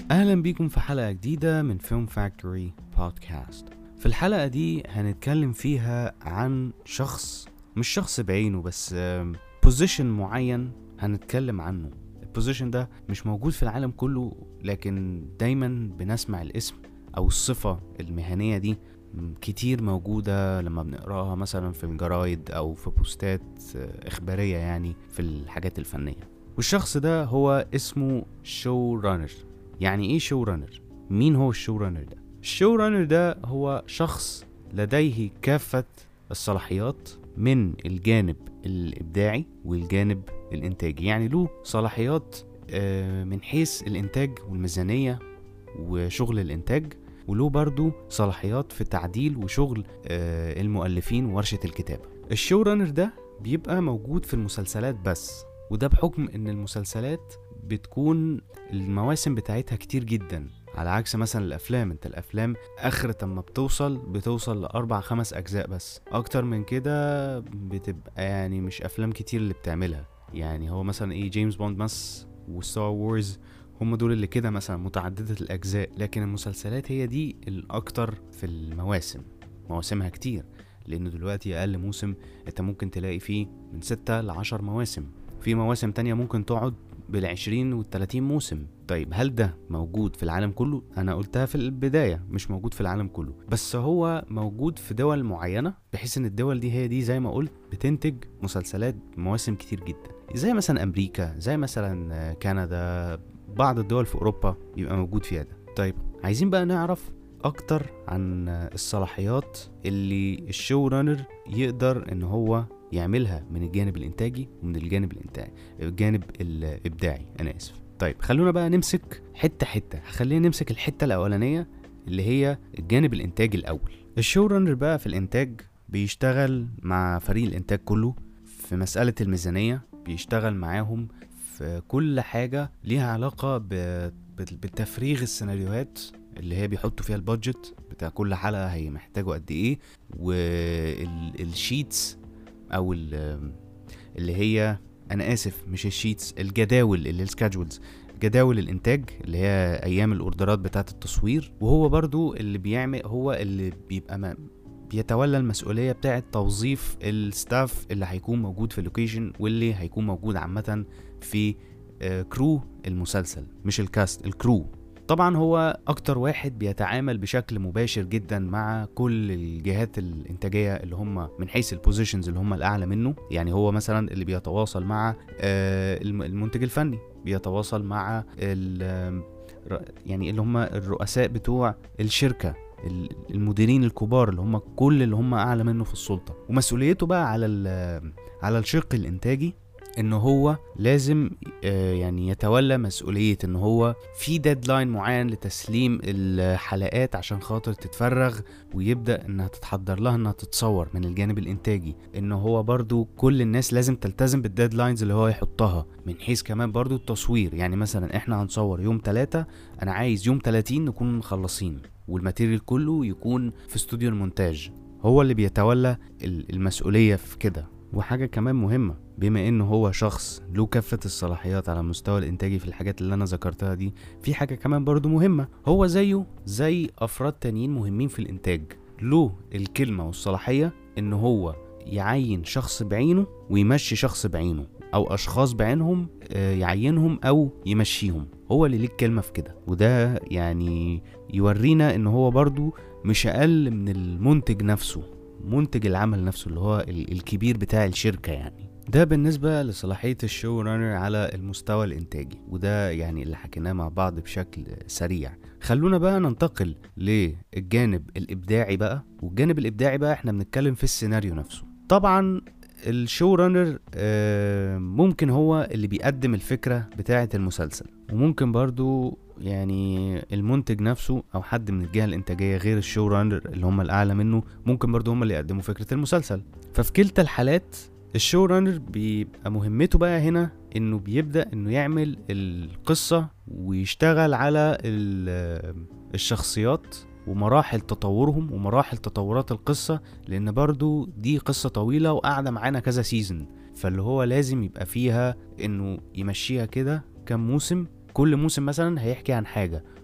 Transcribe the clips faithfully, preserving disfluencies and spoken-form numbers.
أهلا بيكم في حلقة جديدة من فيلم فاكتوري بودكاست. في الحلقة دي هنتكلم فيها عن شخص، مش شخص بعينه بس بوزيشن معين هنتكلم عنه. البوزيشن ده مش موجود في العالم كله، لكن دايما بنسمع الاسم أو الصفة المهنية دي كتير موجودة لما بنقراها مثلا في الجرايد أو في بوستات إخبارية، يعني في الحاجات الفنية. والشخص ده هو اسمه شو رانر. يعني ايه شو رانر؟ مين هو الشو رانر ده؟ الشو رانر ده هو شخص لديه كافة الصلاحيات من الجانب الإبداعي والجانب الإنتاجي. يعني له صلاحيات من حيث الإنتاج والميزانية وشغل الإنتاج، وله برضو صلاحيات في تعديل وشغل المؤلفين وورشة الكتابة. الشو رانر ده بيبقى موجود في المسلسلات بس، وده بحكم ان المسلسلات بتكون المواسم بتاعتها كتير جدا، على عكس مثلا الافلام. انت الافلام اخر ما بتوصل بتوصل لاربع خمس اجزاء بس، اكتر من كده بتبقى يعني مش افلام كتير اللي بتعملها. يعني هو مثلا ايه جيمس بوند مس وستار وورز هم دول اللي كده مثلا متعددة الاجزاء، لكن المسلسلات هي دي الاكتر في المواسم، مواسمها كتير. لانه دلوقتي اقل موسم انت ممكن تلاقي فيه من ستة لعشر مواسم، في مواسم تانية ممكن تقعد بالعشرين والتلاتين موسم. طيب هل ده موجود في العالم كله؟ انا قلتها في البداية مش موجود في العالم كله، بس هو موجود في دول معينة، بحيث ان الدول دي هي دي زي ما قلت بتنتج مسلسلات مواسم كتير جدا، زي مثلا امريكا، زي مثلا كندا، بعض الدول في اوروبا يبقى موجود فيها ده. طيب عايزين بقى نعرف اكتر عن الصلاحيات اللي الشو رانر يقدر ان هو يعملها من الجانب الانتاجي ومن الجانب الانتاجي الجانب الابداعي. انا اسف. طيب خلونا بقى نمسك حته حته. خلينا نمسك الحته الاولانيه اللي هي الجانب الانتاجي الاول. الشو رانر بقى في الانتاج بيشتغل مع فريق الانتاج كله في مساله الميزانيه، بيشتغل معاهم في كل حاجه ليها علاقه بتفريغ السيناريوهات اللي هي بيحطوا فيها البادجت بتاع كل حلقه هي محتاجه قد ايه، والشيتس او اللي هي انا اسف مش الشيتس، الجداول اللي السكادجولز، جداول الانتاج اللي هي ايام الاوردرات بتاعه التصوير. وهو برضو اللي بيعمل، هو اللي بيبقى ما بيتولى المسؤوليه بتاعه توظيف الستاف اللي هيكون موجود في اللوكيشن، واللي هيكون موجود عامه في كرو المسلسل، مش الكاست، الكرو. طبعا هو اكتر واحد بيتعامل بشكل مباشر جدا مع كل الجهات الانتاجيه اللي هم من حيث البوزيشنز اللي هم الاعلى منه. يعني هو مثلا اللي بيتواصل مع المنتج الفني، بيتواصل مع يعني اللي هم الرؤساء بتوع الشركه، المديرين الكبار اللي هم كل اللي هم اعلى منه في السلطه. ومسؤوليته بقى على على الشق الانتاجي انه هو لازم يعني يتولى مسؤولية ان هو في ديدلاين معين لتسليم الحلقات عشان خاطر تتفرغ ويبدأ انها تتحضر لها انها تتصور من الجانب الانتاجي. انه هو برضو كل الناس لازم تلتزم بالديدلاينز اللي هو يحطها، من حيث كمان برضو التصوير. يعني مثلا احنا هنصور يوم ثلاثة، انا عايز يوم ثلاثين نكون مخلصين والماتيريال كله يكون في استوديو المونتاج. هو اللي بيتولى المسؤولية في كده. وحاجة كمان مهمة، بما انه هو شخص له كافة الصلاحيات على المستوى الانتاجي في الحاجات اللي انا ذكرتها دي، في حاجة كمان برضو مهمة، هو زيه زي افراد تانيين مهمين في الانتاج، له الكلمة والصلاحية انه هو يعين شخص بعينه ويمشي شخص بعينه، او اشخاص بعينهم يعينهم او يمشيهم. هو اللي ليه الكلمة في كده. وده يعني يورينا انه هو برضو مش اقل من المنتج نفسه، منتج العمل نفسه اللي هو الكبير بتاع الشركة. يعني ده بالنسبة لصلاحية الشو رانر على المستوى الانتاجي، وده يعني اللي حكيناه مع بعض بشكل سريع. خلونا بقى ننتقل للجانب الابداعي بقى. والجانب الابداعي بقى احنا بنتكلم في السيناريو نفسه. طبعا الشو رانر ممكن هو اللي بيقدم الفكرة بتاعة المسلسل، وممكن برضو يعني المنتج نفسه او حد من الجهة الانتاجية غير الشو رانر اللي هم الاعلى منه ممكن برضو هم اللي يقدموا فكرة المسلسل. ففي كلتا الحالات الشو رانر بيبقى مهمته بقى هنا انه بيبدأ انه يعمل القصة ويشتغل على الشخصيات ومراحل تطورهم ومراحل تطورات القصة، لان برضو دي قصة طويلة وقاعدة معانا كذا سيزن، فاللي هو لازم يبقى فيها انه يمشيها كده كم موسم. كل موسم مثلا هيحكي عن حاجة،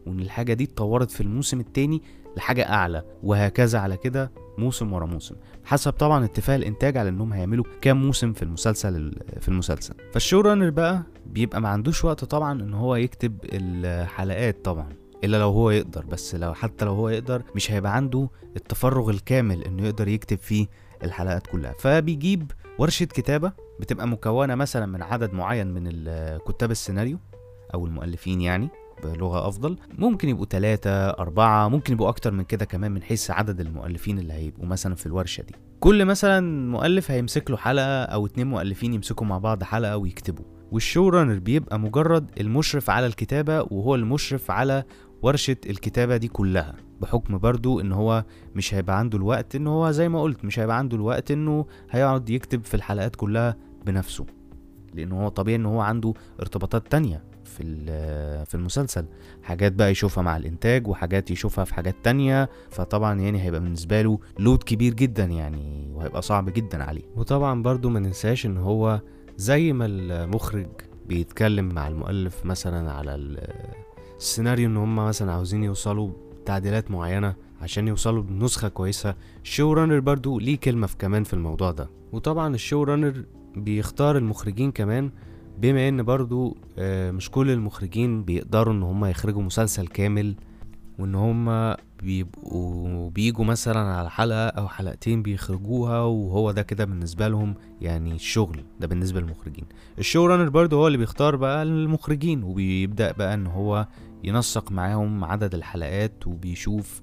وان الحاجة دي اتطورت في الموسم التاني لحاجة اعلى، وهكذا على كده موسم ورا موسم، حسب طبعا اتفاق الانتاج على انهم هيعملوا كام موسم في المسلسل في المسلسل. فالشو رانر بقى بيبقى ما عندوش وقت طبعا ان هو يكتب الحلقات طبعا، الا لو هو يقدر، بس لو حتى لو هو يقدر مش هيبقى عنده التفرغ الكامل انه يقدر يكتب فيه الحلقات كلها. فبيجيب ورشة كتابة بتبقى مكونة مثلا من عدد معين من كتاب السيناريو او المؤلفين، يعني بلغة افضل، ممكن يبقوا ثلاثة اربعة، ممكن يبقوا اكتر من كده كمان من حيث عدد المؤلفين اللي هيبقوا مثلا في الورشة دي. كل مثلا مؤلف هيمسك له حلقة او اتنين مؤلفين يمسكوا مع بعض حلقة ويكتبوا، والشو رانر بيبقى مجرد المشرف على الكتابة، وهو المشرف على ورشة الكتابة دي كلها، بحكم برضو ان هو مش هيبقى عنده الوقت، ان هو زي ما قلت مش هيبقى عنده الوقت انه هيقعد يكتب في الحلقات كلها بنفسه، لانه هو طبيعي ان هو عنده ارتباطات تانية في في المسلسل، حاجات بقى يشوفها مع الانتاج وحاجات يشوفها في حاجات تانية، فطبعا يعني هيبقى بالنسبة له لود كبير جدا يعني، وهيبقى صعب جدا عليه. وطبعا برضو ما ننساش ان هو زي ما المخرج بيتكلم مع المؤلف مثلا على السيناريو ان هم مثلا عاوزين يوصلوا تعديلات معينة عشان يوصلوا بنسخة كويسة، الشو رانر برضو ليه كلمة في كمان في الموضوع ده. وطبعا الشو رانر بيختار المخرجين كمان، بما ان برضو مش كل المخرجين بيقدروا ان هم يخرجوا مسلسل كامل، وان هم بيبقوا بيجوا مثلا على حلقة او حلقتين بيخرجوها وهو ده كده بالنسبة لهم يعني الشغل ده بالنسبة للمخرجين. الشو رانر برضو هو اللي بيختار بقى المخرجين، وبيبدأ بقى ان هو ينسق معاهم عدد الحلقات وبيشوف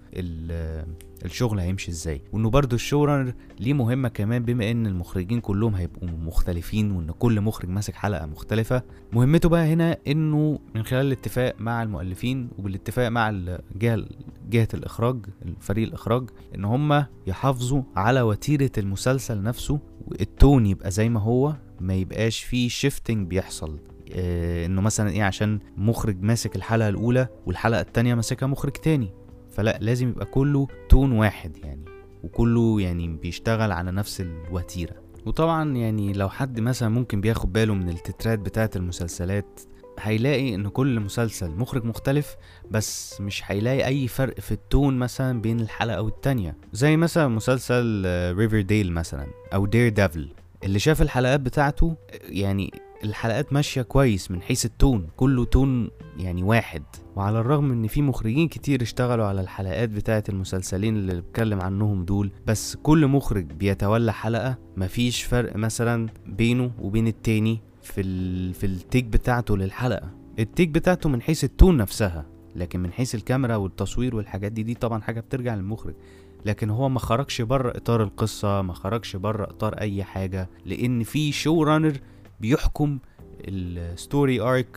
الشغل هيمشي ازاي. وانه برضو الشو رانر ليه مهمة كمان، بما ان المخرجين كلهم هيبقوا مختلفين وان كل مخرج ماسك حلقة مختلفة، مهمته بقى هنا انه من خلال الاتفاق مع المؤلفين وبالاتفاق مع الجهة جهة الاخراج الفريق الاخراج ان هم يحافظوا على وتيرة المسلسل نفسه، والتون يبقى زي ما هو، ما يبقاش فيه شيفتنج بيحصل، إيه انه مثلا ايه عشان مخرج ماسك الحلقة الاولى والحلقة التانية ماسكها مخرج تاني، فلا لازم يبقى كله تون واحد يعني، وكله يعني بيشتغل على نفس الوتيرة. وطبعا يعني لو حد مثلا ممكن بياخد باله من التترات بتاعة المسلسلات هيلاقي ان كل مسلسل مخرج مختلف، بس مش هيلاقي اي فرق في التون مثلا بين الحلقة والتانية، زي مثلا مسلسل ريفرديل مثلا او دير ديفل، اللي شاف الحلقات بتاعته يعني الحلقات ماشية كويس من حيث التون، كله تون يعني واحد. وعلى الرغم ان في مخرجين كتير اشتغلوا على الحلقات بتاعة المسلسلين اللي بتكلم عنهم دول، بس كل مخرج بيتولى حلقة مفيش فرق مثلا بينه وبين التاني في ال... في التيك بتاعته للحلقة، التيك بتاعته من حيث التون نفسها، لكن من حيث الكاميرا والتصوير والحاجات دي دي طبعا حاجة بترجع للمخرج، لكن هو ما خرجش بره اطار القصة، ما خرجش بره اطار اي حاجة، لان في شو رانر بيحكم الستوري ارك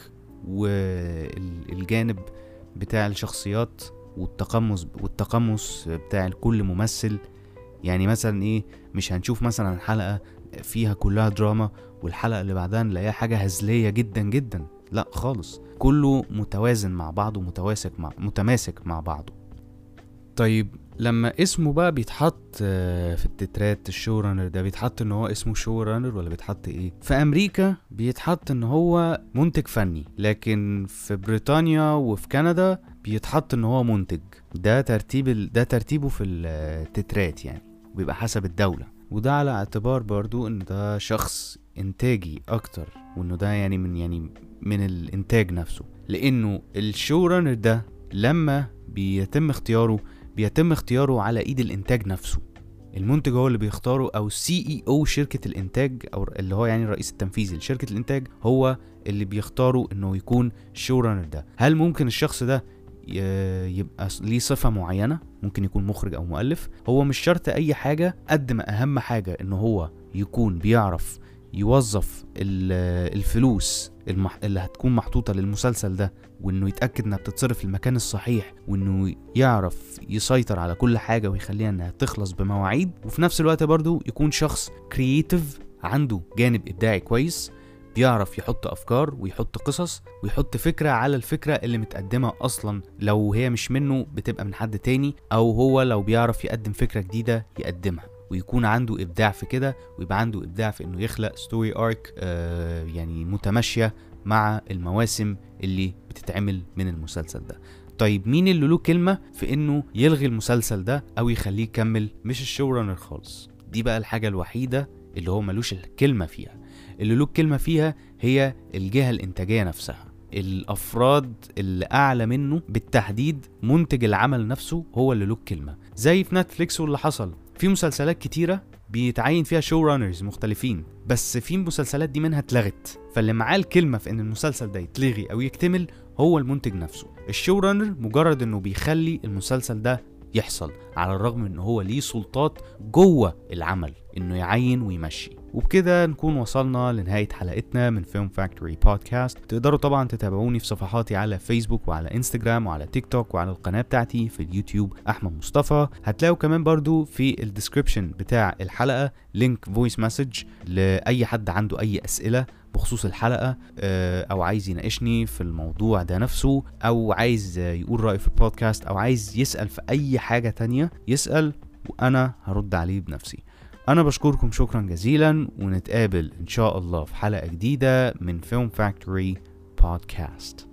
والجانب بتاع الشخصيات والتقمص والتقمص بتاع كل ممثل. يعني مثلا ايه، مش هنشوف مثلا حلقة فيها كلها دراما والحلقة اللي بعدها نلاقيها حاجة هزلية جدا جدا، لا خالص، كله متوازن مع بعضه ومتواسك مع متماسك مع بعضه. طيب لما اسمه بقى بيتحط في التترات الشو رانر ده، بيتحط ان هو اسمه شو رانر ولا بيتحط ايه؟ في امريكا بيتحط ان هو منتج فني، لكن في بريطانيا وفي كندا بيتحط ان هو منتج. ده ترتيب ال... ده ترتيبه في التترات يعني، وبيبقى حسب الدولة، وده على اعتبار برضو ان ده شخص انتاجي اكتر، وانه ده يعني من يعني من الانتاج نفسه، لانه الشو رانر ده لما بيتم اختياره بيتم اختياره على ايد الانتاج نفسه، المنتج هو اللي بيختاره، او سي اي او شركة الانتاج، او اللي هو يعني الرئيس التنفيذي لشركة الانتاج هو اللي بيختاره انه يكون شو رانر ده. هل ممكن الشخص ده يبقى ليه صفة معينة؟ ممكن يكون مخرج او مؤلف، هو مش شرط اي حاجة قد ما اهم حاجة انه هو يكون بيعرف يوظف الفلوس اللي هتكون محطوطة للمسلسل ده، وانه يتأكد انها بتتصرف في المكان الصحيح، وانه يعرف يسيطر على كل حاجة ويخليها انها تخلص بمواعيد، وفي نفس الوقت برضو يكون شخص كرييتيف عنده جانب ابداعي كويس، بيعرف يحط افكار ويحط قصص ويحط فكرة على الفكرة اللي متقدمة اصلا، لو هي مش منه بتبقى من حد تاني، او هو لو بيعرف يقدم فكرة جديدة يقدمها، ويكون عنده ابداع في كده، ويبقى عنده ابداع في انه يخلق ستوري ارك آه يعني متماشية مع المواسم اللي بتتعمل من المسلسل ده. طيب مين اللي له كلمة في انه يلغي المسلسل ده او يخليه يكمل؟ مش الشو رانر خالص. دي بقى الحاجة الوحيدة اللي هو ملوش الكلمة فيها. اللي له الكلمة فيها هي الجهة الانتاجية نفسها، الافراد اللي اعلى منه، بالتحديد منتج العمل نفسه هو اللي له الكلمة. زي في نتفليكس واللي حصل في مسلسلات كتيرة بيتعين فيها شو رانرز مختلفين، بس في مسلسلات دي منها اتلغت، فاللي معاه الكلمة في ان المسلسل ده يتلغي او يكتمل هو المنتج نفسه. الشو رانر مجرد انه بيخلي المسلسل ده يحصل، على الرغم من انه هو ليه سلطات جوه العمل انه يعين ويمشي. وبكده نكون وصلنا لنهاية حلقتنا من فيلم فاكتوري بودكاست. تقدروا طبعا تتابعوني في صفحاتي على فيسبوك وعلى انستجرام وعلى تيك توك وعلى القناة بتاعتي في اليوتيوب احمد مصطفى. هتلاقوا كمان برضو في الديسكريبشن بتاع الحلقة لينك فويس مسج لأي حد عنده اي اسئلة بخصوص الحلقة، او عايز يناقشني في الموضوع ده نفسه، او عايز يقول رأيه في البودكاست، او عايز يسأل في اي حاجة تانية يسأل وانا هرد عليه بنفسي. انا بشكركم شكرا جزيلا، ونتقابل ان شاء الله في حلقة جديدة من فيلم فاكتوري بودكاست.